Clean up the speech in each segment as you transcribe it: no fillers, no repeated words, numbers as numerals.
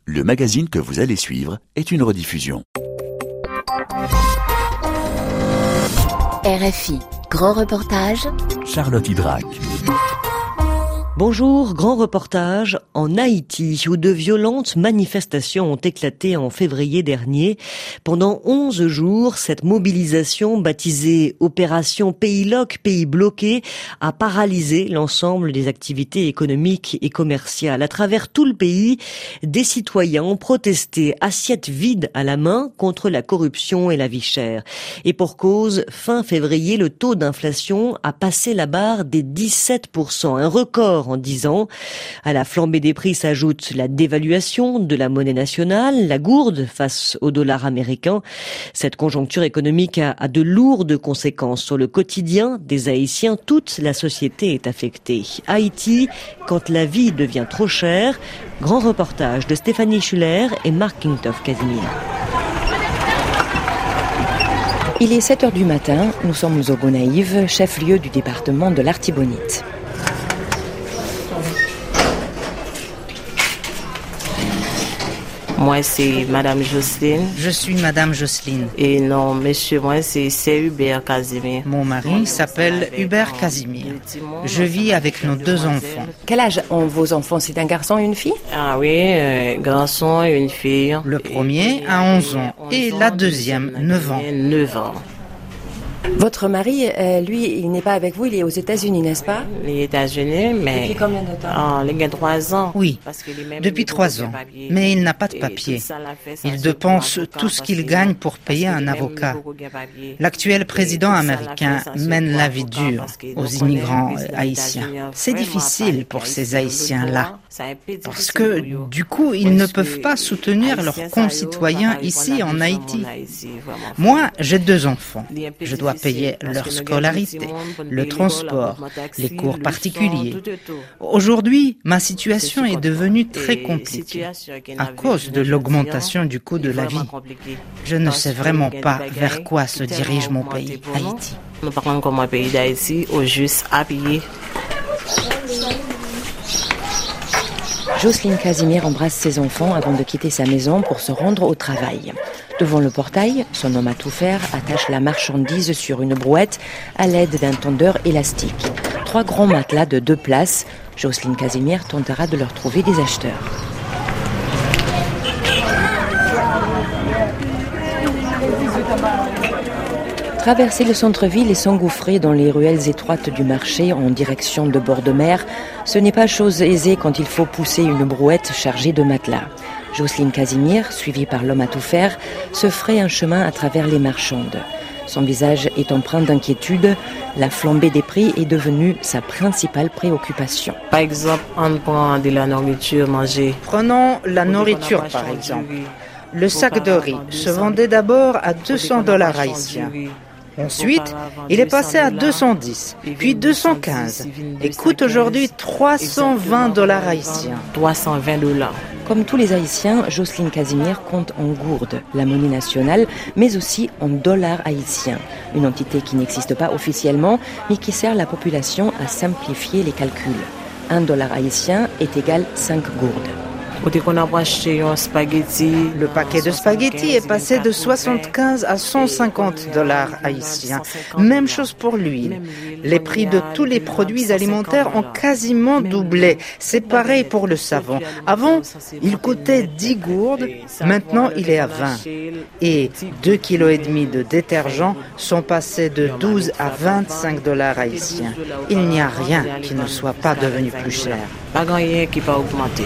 Le magazine que vous allez suivre est une rediffusion. RFI, grand reportage. Charlotte Hydrac. Bonjour, grand reportage en Haïti où de violentes manifestations ont éclaté en février dernier. Pendant 11 jours, cette mobilisation baptisée Opération Pays Loc, Pays Bloqué a paralysé l'ensemble des activités économiques et commerciales. À travers tout le pays, des citoyens ont protesté, assiettes vides à la main, contre la corruption et la vie chère. Et pour cause, fin février, le taux d'inflation a passé la barre des 17%, un record en 10 ans. À la flambée des prix s'ajoute la dévaluation de la monnaie nationale, la gourde face au dollar américain. Cette conjoncture économique a de lourdes conséquences sur le quotidien des Haïtiens. Toute la société est affectée. Haïti, quand la vie devient trop chère. Grand reportage de Stéphanie Schuller et Marc Kingtoff-Casimir. Il est 7h du matin, nous sommes au Gonaïve, chef-lieu du département de l'Artibonite. Moi, c'est Madame Jocelyne. Je suis Madame Jocelyne. Et non, monsieur, moi, c'est Hubert Casimir. Mon mari s'appelle Hubert Casimir. Je vis avec nos 2 enfants. Quel âge ont vos enfants? C'est un garçon et une fille? Ah oui, un garçon et une fille. Le premier a 11 ans et la deuxième 9 ans. 9 ans. Votre mari, lui, il n'est pas avec vous, il est aux États-Unis, n'est-ce pas? Les États-Unis, mais... Depuis combien de temps? Il y a 3 ans. Oui, depuis 3 ans. Mais il n'a pas de papier. Il dépense tout ce qu'il gagne pour payer un avocat. L'actuel président américain mène la vie dure aux immigrants haïtiens. C'est difficile pour ces Haïtiens-là, parce que, du coup, ils ne peuvent pas soutenir leurs concitoyens ici en Haïti. Moi, j'ai 2 enfants. Je dois payer leur scolarité, le transport, les cours particuliers. Aujourd'hui, ma situation est devenue très compliquée à cause de l'augmentation du coût de la vie. Je ne sais vraiment pas vers quoi se dirige mon pays, Haïti. Nous parlons comme un pays d'Haïti, au juste à payer. Jocelyne Casimir embrasse ses enfants avant de quitter sa maison pour se rendre au travail. Devant le portail, son homme à tout faire attache la marchandise sur une brouette à l'aide d'un tendeur élastique. 3 grands matelas de 2 places. Jocelyne Casimir tentera de leur trouver des acheteurs. Traverser le centre-ville et s'engouffrer dans les ruelles étroites du marché en direction de bord de mer, ce n'est pas chose aisée quand il faut pousser une brouette chargée de matelas. Jocelyne Casimir, suivie par l'homme à tout faire, se fraye un chemin à travers les marchandes. Son visage est empreint d'inquiétude. La flambée des prix est devenue sa principale préoccupation. Par exemple, on prend de la nourriture mangée. Prenons la nourriture par exemple. Le sac de riz se vendait d'abord à $200 haïtiens. Ensuite, il est passé à 210, puis 215 et coûte aujourd'hui $320 haïtiens. $320. Comme tous les Haïtiens, Jocelyne Casimir compte en gourde, la monnaie nationale, mais aussi en dollars haïtiens. Une entité qui n'existe pas officiellement, mais qui sert la population à simplifier les calculs. $1 haïtien est égal 5 gourdes. Le paquet de spaghettis est passé de 75 à $150 haïtiens. Même chose pour l'huile. Les prix de tous les produits alimentaires ont quasiment doublé. C'est pareil pour le savon. Avant, il coûtait 10 gourdes, maintenant il est à 20. Et 2,5 kg de détergent sont passés de 12 à $25 haïtiens. Il n'y a rien qui ne soit pas devenu plus cher. Pas rien qui va augmenter.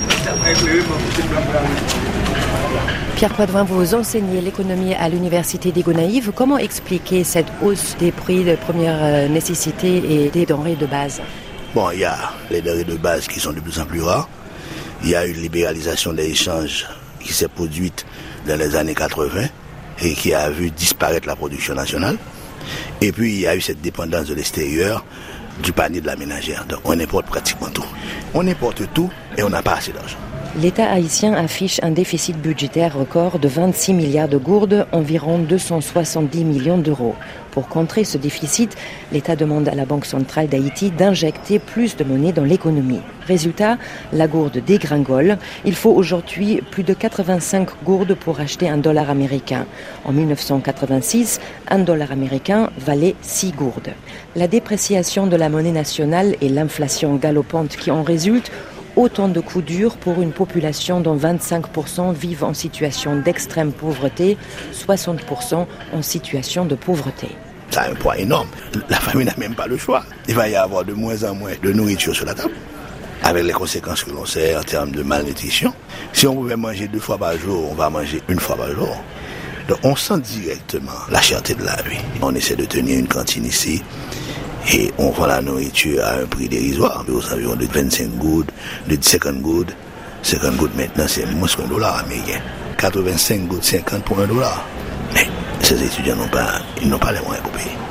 Pierre Poitvin, vous enseignez l'économie à l'université des Gonaïves. Comment expliquer cette hausse des prix de première nécessité et des denrées de base? Bon, il y a les denrées de base qui sont de plus en plus rares. Il y a une libéralisation des échanges qui s'est produite dans les années 80 et qui a vu disparaître la production nationale. Et puis, il y a eu cette dépendance de l'extérieur du panier de la ménagère. Donc, on importe pratiquement tout. On importe tout et on n'a pas assez d'argent. L'État haïtien affiche un déficit budgétaire record de 26 milliards de gourdes, environ 270 millions d'euros. Pour contrer ce déficit, l'État demande à la Banque centrale d'Haïti d'injecter plus de monnaie dans l'économie. Résultat, la gourde dégringole. Il faut aujourd'hui plus de 85 gourdes pour acheter $1 américain. En 1986, $1 américain valait 6 gourdes. La dépréciation de la monnaie nationale et l'inflation galopante qui en résulte, autant de coups durs pour une population dont 25% vivent en situation d'extrême pauvreté, 60% en situation de pauvreté. Ça a un poids énorme. La famille n'a même pas le choix. Il va y avoir de moins en moins de nourriture sur la table, avec les conséquences que l'on sait en termes de malnutrition. Si on pouvait manger 2 fois par jour, on va manger 1 fois par jour. Donc on sent directement la cherté de la vie. On essaie de tenir une cantine ici, et on vend la nourriture à un prix dérisoire, aux environs de 25 gouttes, de 50 gouttes. 50 gouttes maintenant, c'est moins qu'$1 américain. 85 gouttes, 50 pour $1. Mais ces étudiants n'ont pas les moyens pour payer.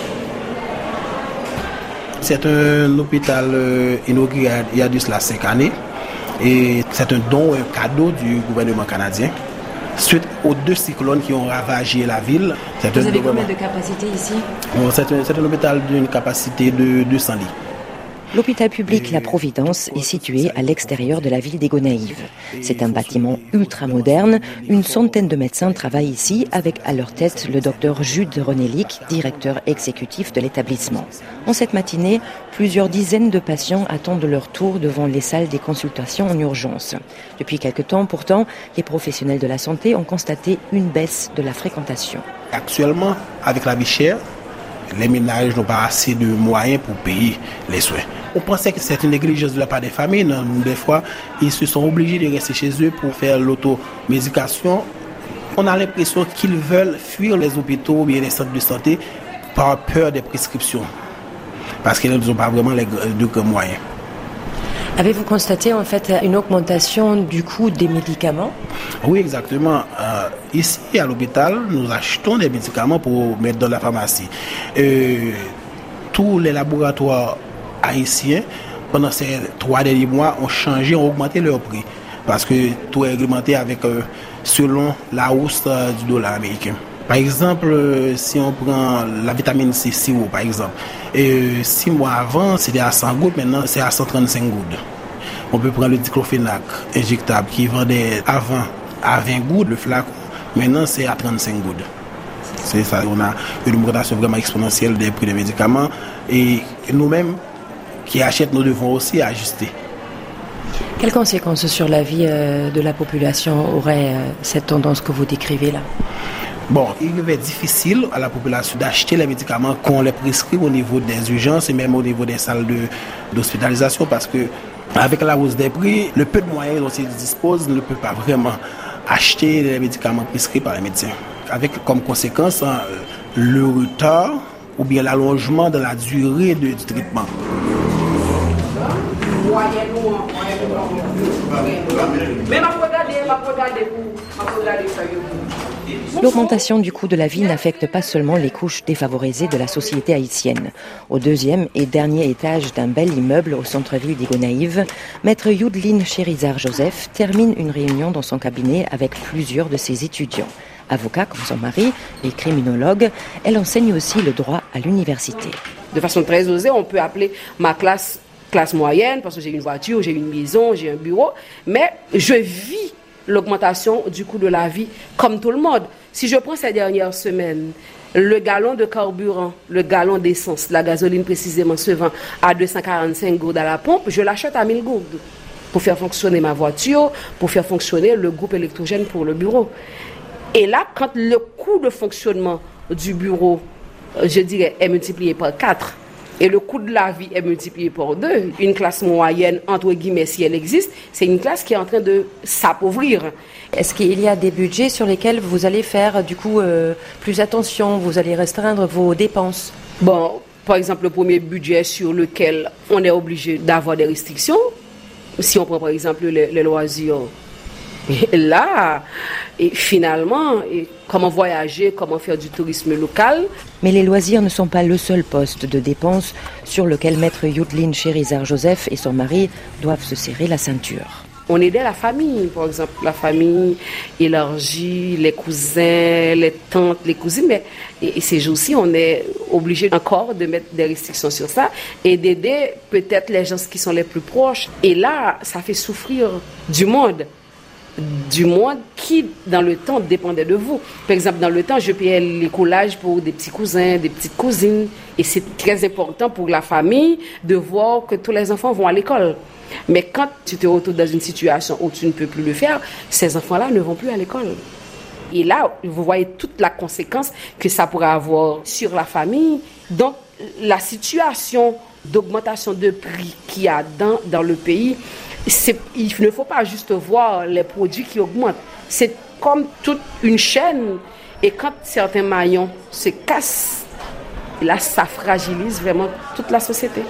C'est un hôpital inauguré il y a de cela 5 années. Et c'est un don, un cadeau du gouvernement canadien. Suite aux 2 cyclones qui ont ravagé la ville. Vous avez combien de capacité ici ? C'est un hôpital d'une capacité de 200 lits. L'hôpital public La Providence est situé à l'extérieur de la ville des Gonaïves. C'est un bâtiment ultramoderne. Une centaine de médecins travaillent ici avec à leur tête le docteur Jude Renélic, directeur exécutif de l'établissement. En cette matinée, plusieurs dizaines de patients attendent leur tour devant les salles des consultations en urgence. Depuis quelque temps, pourtant, les professionnels de la santé ont constaté une baisse de la fréquentation. Actuellement, avec la vie chère, les ménages n'ont pas assez de moyens pour payer les soins. On pensait que c'est une négligence de la part des familles. Non, des fois, ils se sont obligés de rester chez eux pour faire l'automédication. On a l'impression qu'ils veulent fuir les hôpitaux ou bien les centres de santé par peur des prescriptions. Parce qu'ils n'ont pas vraiment de grands moyens. Avez-vous constaté en fait une augmentation du coût des médicaments ? Oui, exactement. Ici, à l'hôpital, nous achetons des médicaments pour mettre dans la pharmacie. Tous les laboratoires haïtiens, pendant ces 3 derniers mois, ont changé, ont augmenté leur prix. Parce que tout est réglementé selon la hausse du dollar américain. Par exemple, si on prend la vitamine C sirop, par exemple, 6 mois avant, c'était à 100 gouttes, maintenant c'est à 135 gouttes. On peut prendre le diclofenac injectable qui vendait avant à 20 gouttes le flacon, maintenant c'est à 35 gouttes. C'est ça, on a une augmentation vraiment exponentielle des prix des médicaments et nous-mêmes qui achètent, nous devons aussi ajuster. Quelles conséquences sur la vie de la population aurait cette tendance que vous décrivez là ? Bon, il est difficile à la population d'acheter les médicaments qu'on les prescrit au niveau des urgences et même au niveau des salles d'hospitalisation parce que avec la hausse des prix, le peu de moyens dont ils disposent ne peut pas vraiment acheter les médicaments prescrits par les médecins. Avec comme conséquence le retard ou bien l'allongement de la durée du traitement. L'augmentation du coût de la vie n'affecte pas seulement les couches défavorisées de la société haïtienne. Au 2e et dernier étage d'un bel immeuble au centre-ville des Gonaïves, maître Youdline Chérizard Joseph termine une réunion dans son cabinet avec plusieurs de ses étudiants. Avocat comme son mari et criminologue, elle enseigne aussi le droit à l'université. De façon très osée, on peut appeler ma classe moyenne parce que j'ai une voiture, j'ai une maison, j'ai un bureau, mais je vis l'augmentation du coût de la vie comme tout le monde. Si je prends ces dernières semaines, le gallon de carburant, le gallon d'essence, la gasoline précisément se vend à 245 gourdes à la pompe, je l'achète à 1000 gourdes pour faire fonctionner ma voiture, pour faire fonctionner le groupe électrogène pour le bureau. Et là, quand le coût de fonctionnement du bureau, je dirais, est multiplié par 4, et le coût de la vie est multiplié par 2. Une classe moyenne, entre guillemets, si elle existe, c'est une classe qui est en train de s'appauvrir. Est-ce qu'il y a des budgets sur lesquels vous allez faire, du coup, plus attention, vous allez restreindre vos dépenses ? Bon, par exemple, le premier budget sur lequel on est obligé d'avoir des restrictions, si on prend par exemple les loisirs, et là, et finalement, comment voyager, comment faire du tourisme local. Mais les loisirs ne sont pas le seul poste de dépense sur lequel maître Youdline Chérizard Joseph et son mari doivent se serrer la ceinture. on aidait la famille, par exemple, la famille élargie, les cousins, les tantes, les cousines, mais et ces jours-ci, on est obligé encore de mettre des restrictions sur ça et d'aider peut-être les gens qui sont les plus proches. Et là, ça fait souffrir du monde qui, dans le temps, dépendait de vous. Par exemple, dans le temps, je payais les collages pour des petits cousins, des petites cousines, et c'est très important pour la famille de voir que tous les enfants vont à l'école. Mais quand tu te retrouves dans une situation où tu ne peux plus le faire, ces enfants-là ne vont plus à l'école. Et là, vous voyez toute la conséquence que ça pourrait avoir sur la famille. Donc, la situation d'augmentation de prix qu'il y a dans le pays, il ne faut pas juste voir les produits qui augmentent. C'est comme toute une chaîne. Et quand certains maillons se cassent, là, ça fragilise vraiment toute la société.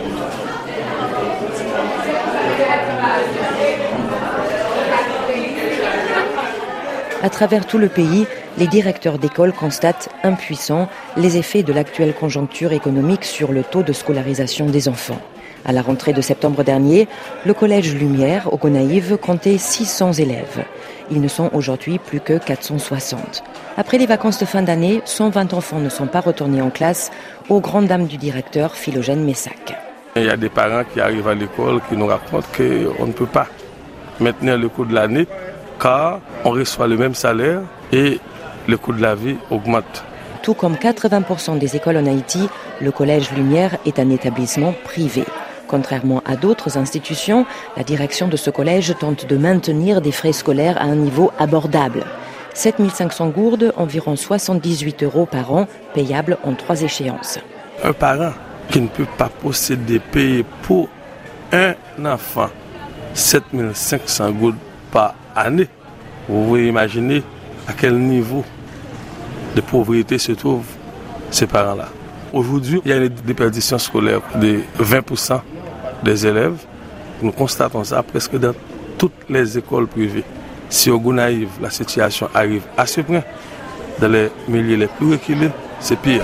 À travers tout le pays, les directeurs d'école constatent impuissants les effets de l'actuelle conjoncture économique sur le taux de scolarisation des enfants. À la rentrée de septembre dernier, le collège Lumière, au Gonaïves, comptait 600 élèves. Ils ne sont aujourd'hui plus que 460. Après les vacances de fin d'année, 120 enfants ne sont pas retournés en classe, aux grandes dames du directeur Philogène Messac. Il y a des parents qui arrivent à l'école qui nous racontent qu'on ne peut pas maintenir le coût de l'année car on reçoit le même salaire et le coût de la vie augmente. Tout comme 80% des écoles en Haïti, le collège Lumière est un établissement privé. Contrairement à d'autres institutions, la direction de ce collège tente de maintenir des frais scolaires à un niveau abordable. 7 500 gourdes, environ 78 € par an, payables en 3 échéances. Un parent qui ne peut pas posséder payer pour un enfant 7 500 gourdes par année, vous pouvez imaginer à quel niveau de pauvreté se trouvent ces parents-là. Aujourd'hui, il y a une déperdition scolaire de 20% des élèves. Nous constatons ça presque dans toutes les écoles privées. Si au Gonaïves, la situation arrive à ce point, dans les milieux les plus reculés, c'est pire.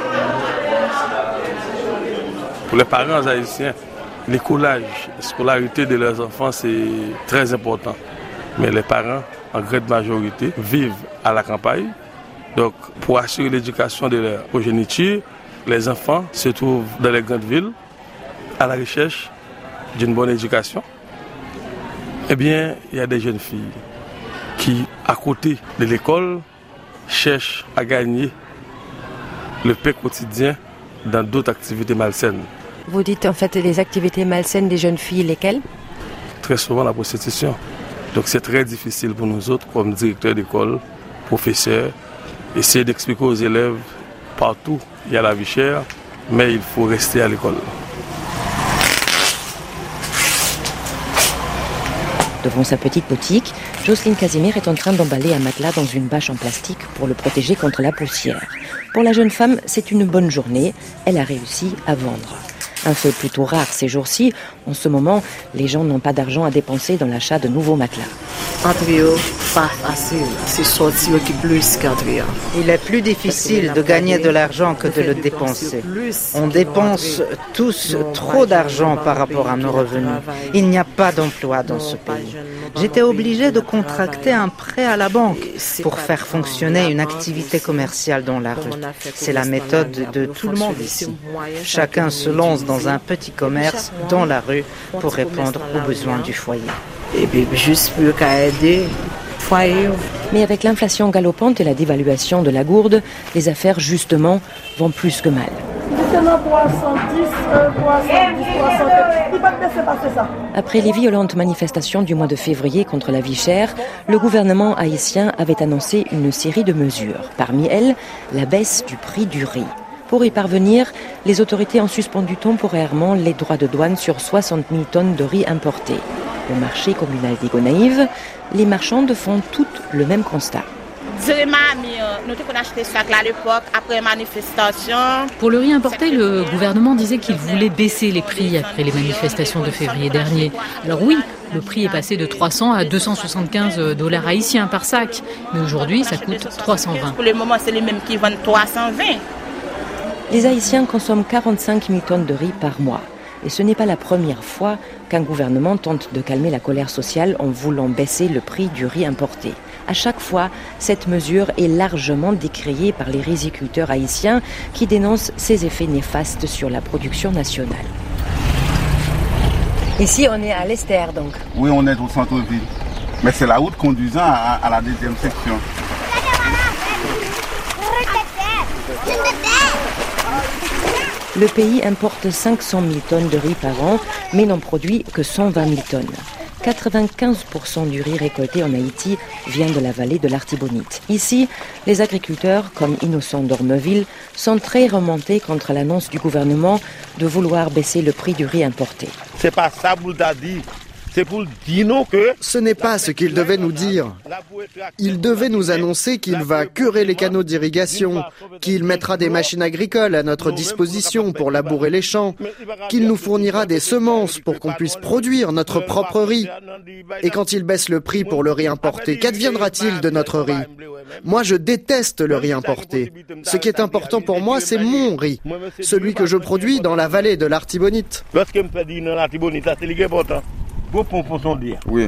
Pour les parents haïtiens, l'écolage, la scolarité de leurs enfants, c'est très important. Mais les parents, en grande majorité, vivent à la campagne. Donc, pour assurer l'éducation de leur progéniture, les enfants se trouvent dans les grandes villes à la recherche d'une bonne éducation. Eh bien, il y a des jeunes filles qui, à côté de l'école, cherchent à gagner le pain quotidien dans d'autres activités malsaines. Vous dites en fait les activités malsaines des jeunes filles, lesquelles? Très souvent la prostitution. Donc c'est très difficile pour nous autres, comme directeurs d'école, professeurs, essayer d'expliquer aux élèves partout, il y a la vie chère, mais il faut rester à l'école. Devant sa petite boutique, Jocelyne Casimir est en train d'emballer un matelas dans une bâche en plastique pour le protéger contre la poussière. Pour la jeune femme, c'est une bonne journée. Elle a réussi à vendre. Un fait plutôt rare ces jours-ci. En ce moment, les gens n'ont pas d'argent à dépenser dans l'achat de nouveaux matelas. Pas facile, c'est sortir qui plus qu'entrer. Il est plus difficile de gagner de l'argent que de le dépenser. On dépense tous trop d'argent par rapport à nos revenus. Il n'y a pas d'emploi dans ce pays. J'étais obligée de contracter un prêt à la banque pour faire fonctionner une activité commerciale dans la rue. C'est la méthode de tout le monde ici. Chacun se lance dans un petit commerce dans la rue pour répondre aux besoins du foyer. Et puis juste pour aider. Mais avec l'inflation galopante et la dévaluation de la gourde, les affaires, justement, vont plus que mal. Après les violentes manifestations du mois de février contre la vie chère, le gouvernement haïtien avait annoncé une série de mesures. Parmi elles, la baisse du prix du riz. Pour y parvenir, les autorités ont suspendu temporairement les droits de douane sur 60 000 tonnes de riz importés. Au marché communal des Gonaïves, les marchandes font toutes le même constat. Pour le riz importé, le gouvernement disait qu'il voulait baisser les prix après les manifestations de février dernier. Alors oui, le prix est passé de 300 à 275 $ haïtiens par sac. Mais aujourd'hui, ça coûte 320. Pour le moment, c'est les mêmes qui vendent 320. Les Haïtiens consomment 45 000 tonnes de riz par mois. Et ce n'est pas la première fois qu'un gouvernement tente de calmer la colère sociale en voulant baisser le prix du riz importé. À chaque fois, cette mesure est largement décriée par les riziculteurs haïtiens qui dénoncent ses effets néfastes sur la production nationale. Ici, on est à l'Esther, donc. Oui, on est au centre-ville. Mais c'est la route conduisant à la deuxième section. Le pays importe 500 000 tonnes de riz par an, mais n'en produit que 120 000 tonnes. 95% du riz récolté en Haïti vient de la vallée de l'Artibonite. Ici, les agriculteurs, comme Innocent d'Ormeville, sont très remontés contre l'annonce du gouvernement de vouloir baisser le prix du riz importé. C'est pas ça, Boulda dit. C'est pour dire nous que... Ce n'est pas ce qu'il devait nous dire. Il devait nous annoncer qu'il va curer les canaux d'irrigation, qu'il mettra des machines agricoles à notre disposition pour labourer les champs, qu'il nous fournira des semences pour qu'on puisse produire notre propre riz. Et quand il baisse le prix pour le riz importé, qu'adviendra-t-il de notre riz ? Moi, je déteste le riz importé. Ce qui est important pour moi, c'est mon riz, celui que je produis dans la vallée de l'Artibonite. Oui.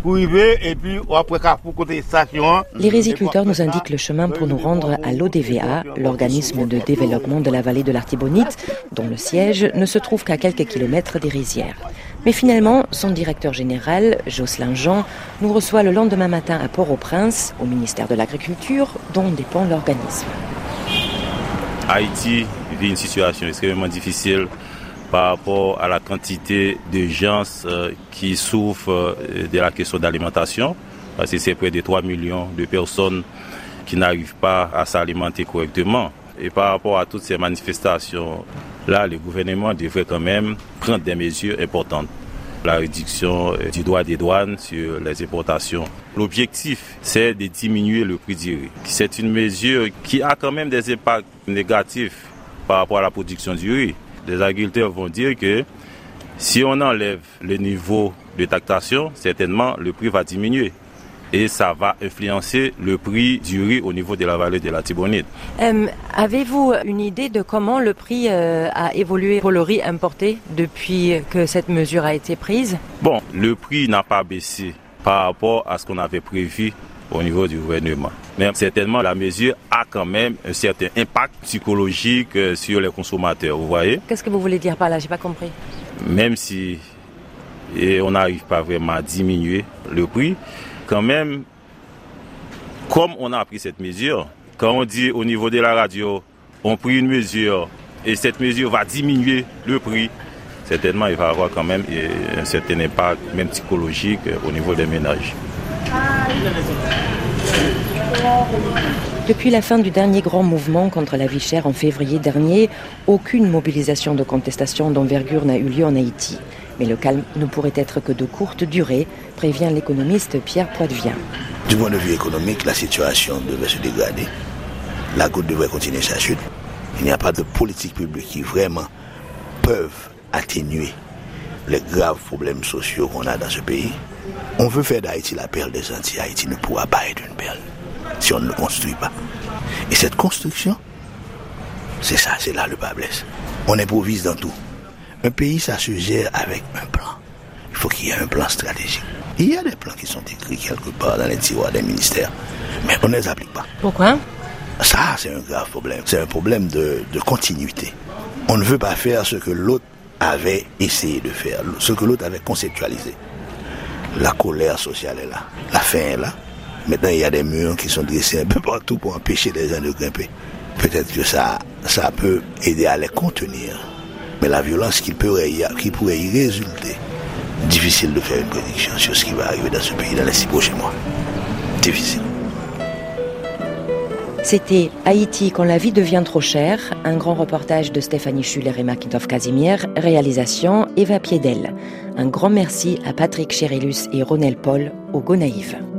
Les riziculteurs nous indiquent le chemin pour nous rendre à l'ODVA, l'organisme de développement de la vallée de l'Artibonite, dont le siège ne se trouve qu'à quelques kilomètres des rizières. Mais finalement, son directeur général, Jocelyn Jean, nous reçoit le lendemain matin à Port-au-Prince, au ministère de l'Agriculture, dont dépend l'organisme. Haïti vit une situation extrêmement difficile par rapport à la quantité de gens qui souffrent de la question d'alimentation, parce que c'est près de 3 millions de personnes qui n'arrivent pas à s'alimenter correctement. Et par rapport à toutes ces manifestations-là, le gouvernement devrait quand même prendre des mesures importantes. La réduction du droit des douanes sur les importations. L'objectif, c'est de diminuer le prix du riz. C'est une mesure qui a quand même des impacts négatifs par rapport à la production du riz. Les agriculteurs vont dire que si on enlève le niveau de taxation, certainement le prix va diminuer. Et ça va influencer le prix du riz au niveau de la vallée de l'Artibonite. Avez-vous une idée de comment le prix a évolué pour le riz importé depuis que cette mesure a été prise ? Bon, le prix n'a pas baissé par rapport à ce qu'on avait prévu au niveau du gouvernement. Mais certainement, la mesure a quand même un certain impact psychologique sur les consommateurs, vous voyez ? Qu'est-ce que vous voulez dire par là ? J'ai pas compris. Même si on n'arrive pas vraiment à diminuer le prix, quand même, comme on a pris cette mesure, quand on dit au niveau de la radio, on prit une mesure et cette mesure va diminuer le prix, certainement il va avoir quand même un certain impact, même psychologique, au niveau des ménages. Depuis la fin du dernier grand mouvement contre la vie chère en février dernier, aucune mobilisation de contestation d'envergure n'a eu lieu en Haïti. Mais le calme ne pourrait être que de courte durée, prévient l'économiste Pierre Poitvien. Du point de vue économique, la situation devait se dégrader. La goutte devrait continuer sa chute. Il n'y a pas de politique publique qui vraiment peuvent atténuer les graves problèmes sociaux qu'on a dans ce pays. On veut faire d'Haïti la perle des Antilles. Haïti ne pourra pas être une perle si on ne le construit pas. Et cette construction, c'est ça, c'est là le bas blesse. On improvise dans tout. Un pays, ça se gère avec un plan. Il faut qu'il y ait un plan stratégique. Il y a des plans qui sont écrits quelque part dans les tiroirs des ministères, mais on ne les applique pas. Pourquoi ? Ça, c'est un grave problème. C'est un problème de continuité. On ne veut pas faire ce que l'autre avait essayé de faire, ce que l'autre avait conceptualisé. La colère sociale est là, la faim est là. Maintenant, il y a des murs qui sont dressés un peu partout pour empêcher les gens de grimper. Peut-être que ça peut aider à les contenir. Mais la violence qui pourrait y résulter, difficile de faire une prédiction sur ce qui va arriver dans ce pays dans les 6 prochains mois. Difficile. C'était Haïti quand la vie devient trop chère, un grand reportage de Stéphanie Schuller et Makintov Casimir, réalisation Eva Piedel. Un grand merci à Patrick Chérélus et Ronel Paul au Gonaïve.